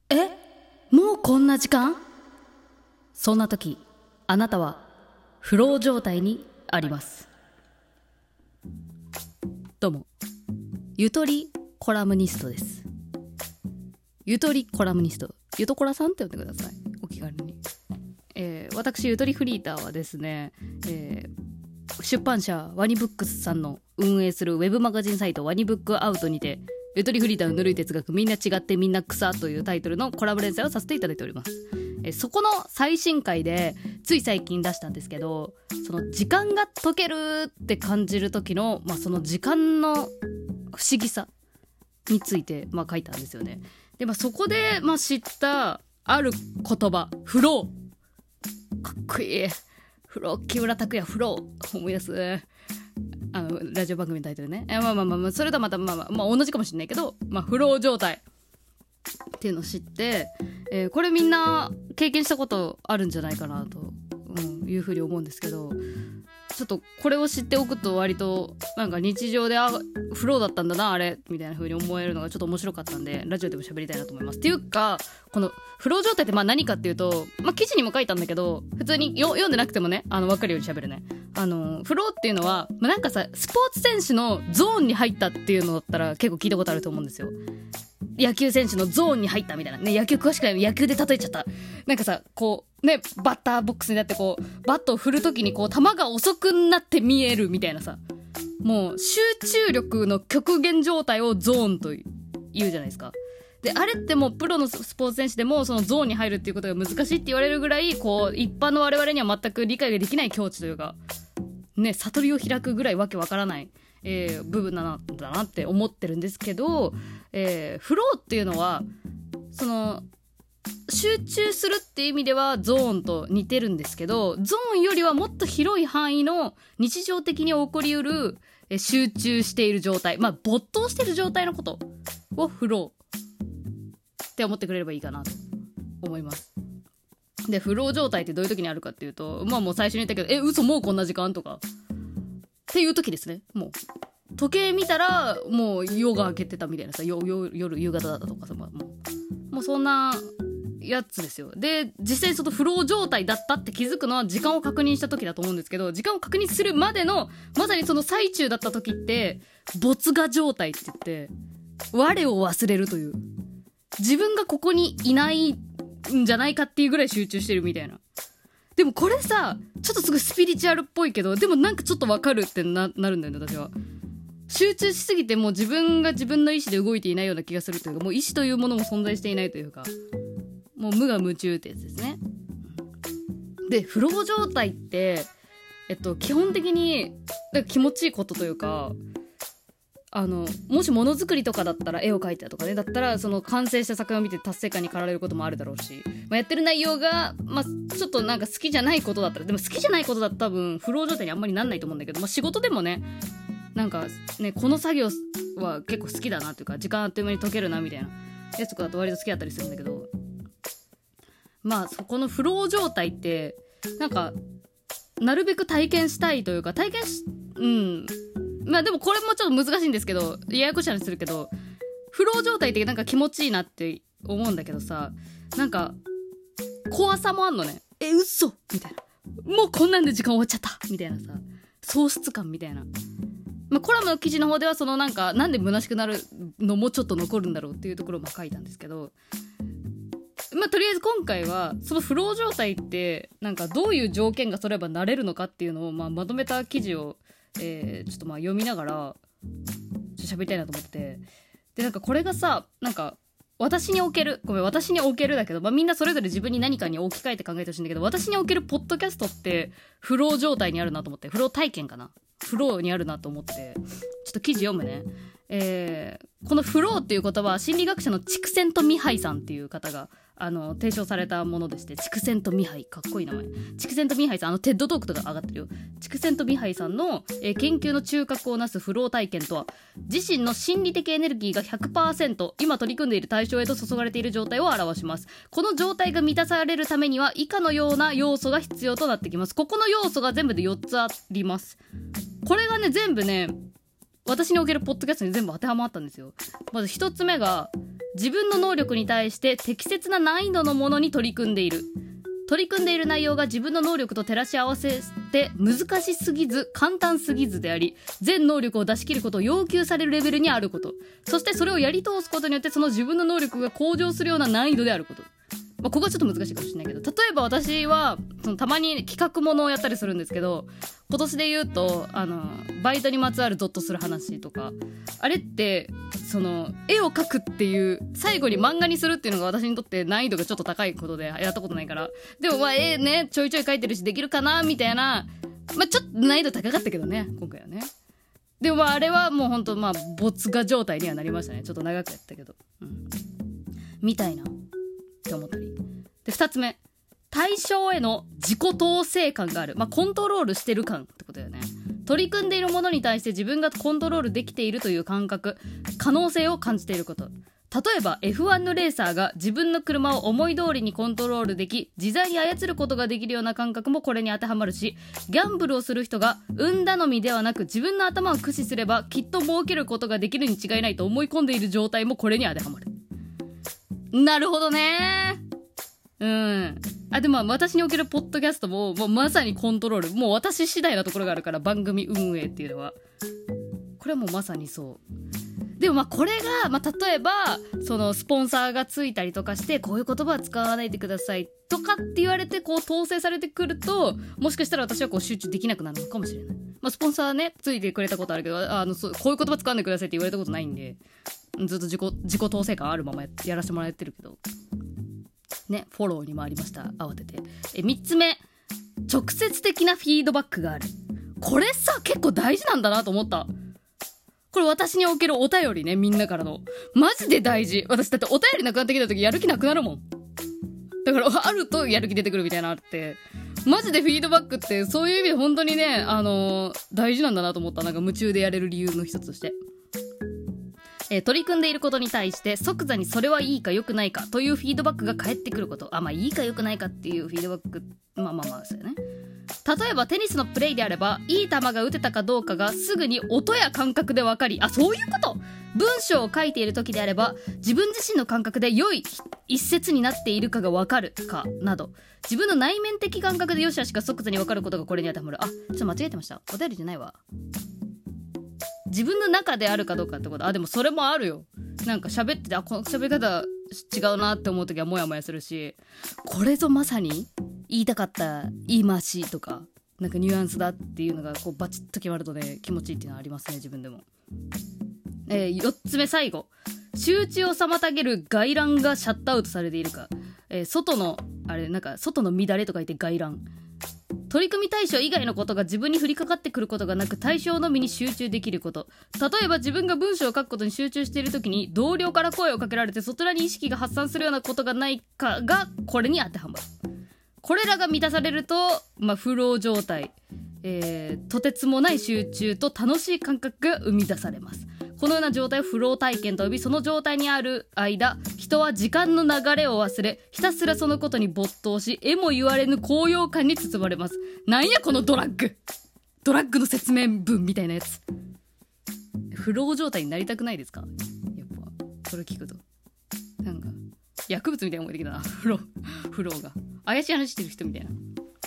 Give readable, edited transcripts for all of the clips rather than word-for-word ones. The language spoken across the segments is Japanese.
え、もうこんな時間？そんな時、あなたはフロー状態にあります。どうも、ゆとりコラムニストです。ゆとりコラムニスト、ゆとこらさんって呼んでください、お気軽に。私ゆとりフリーターはですね、出版社ワニブックスさんの運営するウェブマガジンサイトワニブックアウトにて、ゆとりフリーターのぬるい哲学、みんな違ってみんな草というタイトルのコラボ連載をさせていただいております。そこの最新回でつい最近出したんですけど、その時間が解けるって感じる時の、その時間の不思議さについて、書いたんですよね。で、そこで、知ったある言葉、フロー、かっこいい。フロー、木村拓哉フロー思い出す。ラジオ番組のタイトルね。それとはまた同じかもしれないけど、フロー状態っていうのを知って、これみんな経験したことあるんじゃないかなと、いうふうに思うんですけど、ちょっとこれを知っておくと割となんか日常でフローだったんだなあれみたいな風に思えるのがちょっと面白かったんで、ラジオでも喋りたいなと思います。っていうか、このフロー状態って何かっていうと、記事にも書いたんだけど、普通に読んでなくてもね、分かるように喋るね。フローっていうのは、なんかさ、スポーツ選手のゾーンに入ったっていうのだったら結構聞いたことあると思うんですよ。野球選手のゾーンに入ったみたいなね。野球詳しくない野球で例えちゃった。なんかさ、こうね、バッターボックスになってこうバットを振るときにこう球が遅くなって見えるみたいなさ、もう集中力の極限状態をゾーンと言うじゃないですか。で、あれってもうプロのスポーツ選手でもそのゾーンに入るっていうことが難しいって言われるぐらい、こう一般の我々には全く理解ができない境地というかね、悟りを開くぐらいわけわからない部分なんだなって思ってるんですけど、フローっていうのはその集中するっていう意味ではゾーンと似てるんですけど、ゾーンよりはもっと広い範囲の日常的に起こりうる集中している状態、没頭している状態のことをフローって思ってくれればいいかなと思います。で、フロー状態ってどういう時にあるかっていうと、もう最初に言ったけど、嘘もうこんな時間とかっていう時ですね。もう時計見たらもう夜が明けてたみたいなさ、夜夕方だったとかさ、もうそんなやつですよ。で、実際そのフロー状態だったって気づくのは時間を確認した時だと思うんですけど、時間を確認するまでのまさにその最中だった時って没我状態って言って、我を忘れるという、自分がここにいないんじゃないかっていうぐらい集中してるみたいな。でもこれさ、ちょっとすごいスピリチュアルっぽいけど、でもなんかちょっとわかるってなるんだよね、私は。集中しすぎてもう自分が自分の意思で動いていないような気がするというか、もう意思というものも存在していないというか、もう無我夢中ってやつですね。で、フロー状態って、基本的に気持ちいいことというか、もしものづくりとかだったら絵を描いたとかね、だったらその完成した作品を見て達成感に駆られることもあるだろうし、やってる内容が、ちょっとなんか好きじゃないことだったら、でも好きじゃないことだったら多分フロー状態にあんまりなんないと思うんだけど、仕事でもね、なんかね、この作業は結構好きだなというか、時間あっという間に解けるなみたいなやつとかだと割と好きだったりするんだけど、そこのフロー状態ってなんかなるべく体験したいというか、でもこれもちょっと難しいんですけど、ややこしい話するけど、フロー状態ってなんか気持ちいいなって思うんだけどさ、なんか怖さもあんのね。嘘みたいな、もうこんなんで時間終わっちゃったみたいなさ、喪失感みたいな。コラムの記事の方ではそのなんで虚しくなるのもちょっと残るんだろうっていうところも書いたんですけど、とりあえず今回はそのフロー状態ってなんかどういう条件がそればなれるのかっていうのをまとめた記事をちょっと読みながら喋りたいなと思って。で、なんかこれがさ、なんか私におけるだけど、みんなそれぞれ自分に何かに置き換えて考えてほしいんだけど、私におけるポッドキャストってフロー状態にあるなと思って、フロー体験かな、フローにあるなと思って、ちょっと記事読むね。このフローっていう言葉は心理学者の筑前とミハイさんっていう方が提唱されたものでして、筑前とミハイ、かっこいい名前。筑前とミハイさん、テッドトークとか上がってるよ。筑前とミハイさんの、研究の中核をなすフロー体験とは、自身の心理的エネルギーが 100% 今取り組んでいる対象へと注がれている状態を表します。この状態が満たされるためには以下のような要素が必要となってきます。ここの要素が全部で4つあります。これがね、全部ね、私におけるポッドキャストに全部当てはまったんですよ。まず1つ目が自分の能力に対して適切な難易度のものに取り組んでいる内容が自分の能力と照らし合わせて難しすぎず簡単すぎずであり、全能力を出し切ることを要求されるレベルにあること、そしてそれをやり通すことによってその自分の能力が向上するような難易度であること。ここはちょっと難しいかもしれないけど、例えば私はたまに企画ものをやったりするんですけど、今年で言うとバイトにまつわるゾッとする話とか、あれって絵を描くっていう最後に漫画にするっていうのが私にとって難易度がちょっと高いことでやったことないから、でも絵ねちょいちょい描いてるしできるかなみたいな、ちょっと難易度高かったけどね今回はね。でもあれはもうほんと没画状態にはなりましたね。ちょっと長くやったけど、みたいなって思ったり。で2つ目、対象への自己統制感がある、コントロールしてる感ってことだよね。取り組んでいるものに対して自分がコントロールできているという感覚、可能性を感じていること。例えば F1 のレーサーが自分の車を思い通りにコントロールでき、自在に操ることができるような感覚もこれに当てはまるし、ギャンブルをする人が運頼みではなく自分の頭を駆使すればきっと儲けることができるに違いないと思い込んでいる状態もこれに当てはまる。なるほどね。でも私におけるポッドキャストもまさにコントロール、もう私次第なところがあるから、番組運営っていうのはこれはもうまさにそう。でもこれが、例えばスポンサーがついたりとかして、こういう言葉は使わないでくださいとかって言われて統制されてくると、もしかしたら私は集中できなくなるのかもしれない。スポンサーねついてくれたことあるけど、こういう言葉使わないでくださいって言われたことないんで、ずっと自己統制感あるままやらせてもらってるけどね、フォローに回りました、慌てて。3つ目、直接的なフィードバックがある。これさ結構大事なんだなと思った。これ私におけるお便りね、みんなからのマジで大事。私だってお便りなくなってきた時やる気なくなるもん。だからあるとやる気出てくるみたいなのあって、マジでフィードバックってそういう意味で本当にね、大事なんだなと思った。なんか夢中でやれる理由の一つとして。取り組んでいることに対して即座にそれはいいか良くないかというフィードバックが返ってくること。いいか良くないかっていうフィードバック、そうよね。例えばテニスのプレイであれば、いい球が打てたかどうかがすぐに音や感覚で分かり、そういうこと。文章を書いている時であれば、自分自身の感覚で良い一節になっているかが分かるかなど、自分の内面的感覚で良し悪しが即座に分かることがこれに当てはまる。ちょっと間違えてました。お便りじゃないわ。自分の中であるかどうかってこと。でもそれもあるよ。なんか喋ってて、この喋り方違うなって思う時はモヤモヤするし、これぞまさに言いたかった言い回しとか、なんかニュアンスだっていうのがバチッと決まるとね、気持ちいいっていうのはありますね、自分でも。4つ目、最後、集中を妨げる外乱がシャットアウトされているか。外の乱れとか言って外乱。取り組み対象以外のことが自分に降りかかってくることがなく、対象のみに集中できること。例えば自分が文章を書くことに集中しているときに同僚から声をかけられてそちらに意識が発散するようなことがないかがこれに当てはまる。これらが満たされると、フロー状態、とてつもない集中と楽しい感覚が生み出されます。このような状態をフロー体験と呼び、その状態にある間、人は時間の流れを忘れ、ひたすらそのことに没頭し、得も言われぬ高揚感に包まれます。なんやこのドラッグの説明文みたいなやつ。フロー状態になりたくないですか？やっぱそれ聞くとなんか薬物みたいな思いできたな。フローが怪しい話してる人みたいな。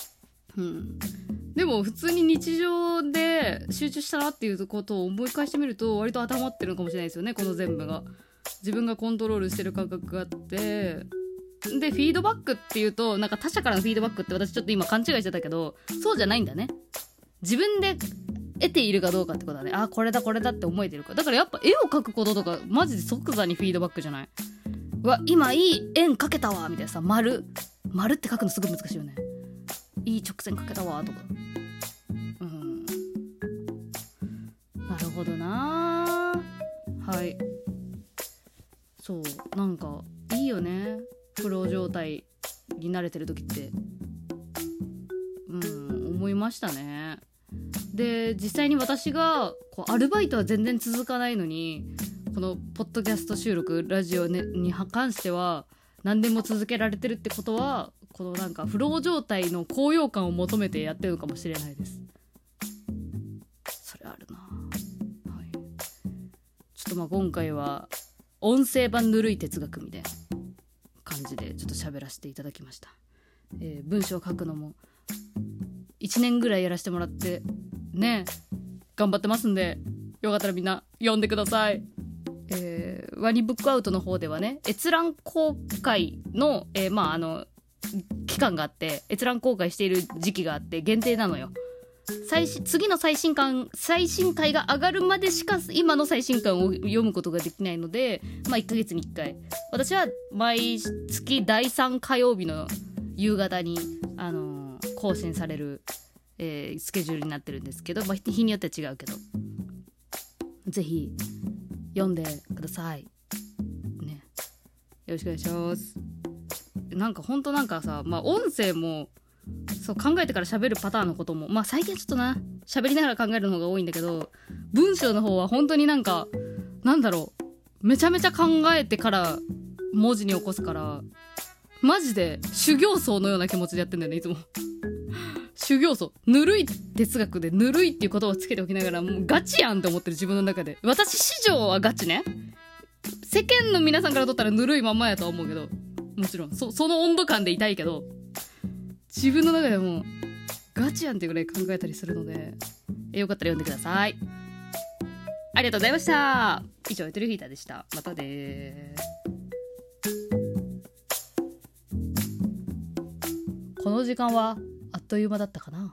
でも普通に日常で集中したなっていうことを思い返してみると、割と頭ってるのかもしれないですよね。この全部が自分がコントロールしてる感覚があって、でフィードバックっていうと、なんか他者からのフィードバックって私ちょっと今勘違いしてたけど、そうじゃないんだね。自分で得ているかどうかってことだね。これだって思えてるか。だからやっぱ絵を描くこととかマジで即座にフィードバックじゃない？今いい円描けたわみたいなさ、丸って描くのすごい難しいよね。いい直線描けたわとか。なるほどな。はい。そう、なんかいいよね、フロー状態に慣れてる時って。思いましたね。で実際に私がアルバイトは全然続かないのに、このポッドキャスト収録ラジオ、に関しては何でも続けられてるってことは、このなんかフロー状態の高揚感を求めてやってるのかもしれないです。それあるな。はい、ちょっと今回は音声版ぬるい哲学みたいな感じでちょっと喋らせていただきました。文章を書くのも1年ぐらいやらせてもらってね、頑張ってますんで、よかったらみんな読んでください。ワニブックアウトの方ではね、閲覧公開の、期間があって、閲覧公開している時期があって限定なのよ。次の最新回が上がるまでしか今の最新刊を読むことができないので、1ヶ月に1回。私は毎月第3火曜日の夕方に、更新される、スケジュールになってるんですけど、日によっては違うけど。ぜひ、読んでください。ね。よろしくお願いします。ほんとさ、音声も、そう考えてから喋るパターンのことも、最近ちょっとな、喋りながら考えるのが多いんだけど、文章の方は本当にめちゃめちゃ考えてから文字に起こすから、マジで修行僧のような気持ちでやってんだよね、いつも。修行僧。ぬるい哲学でぬるいっていう言葉をつけておきながら、もうガチやんって思ってる自分の中で。私史上はガチね。世間の皆さんからとったらぬるいまんまやとは思うけど、もちろん、その温度感でいたいけど、自分の中でもガチやんっていうぐらい考えたりするので、よかったら読んでください。ありがとうございました。以上、ゆとりフィーターでした。またねー。この時間はあっという間だったかな。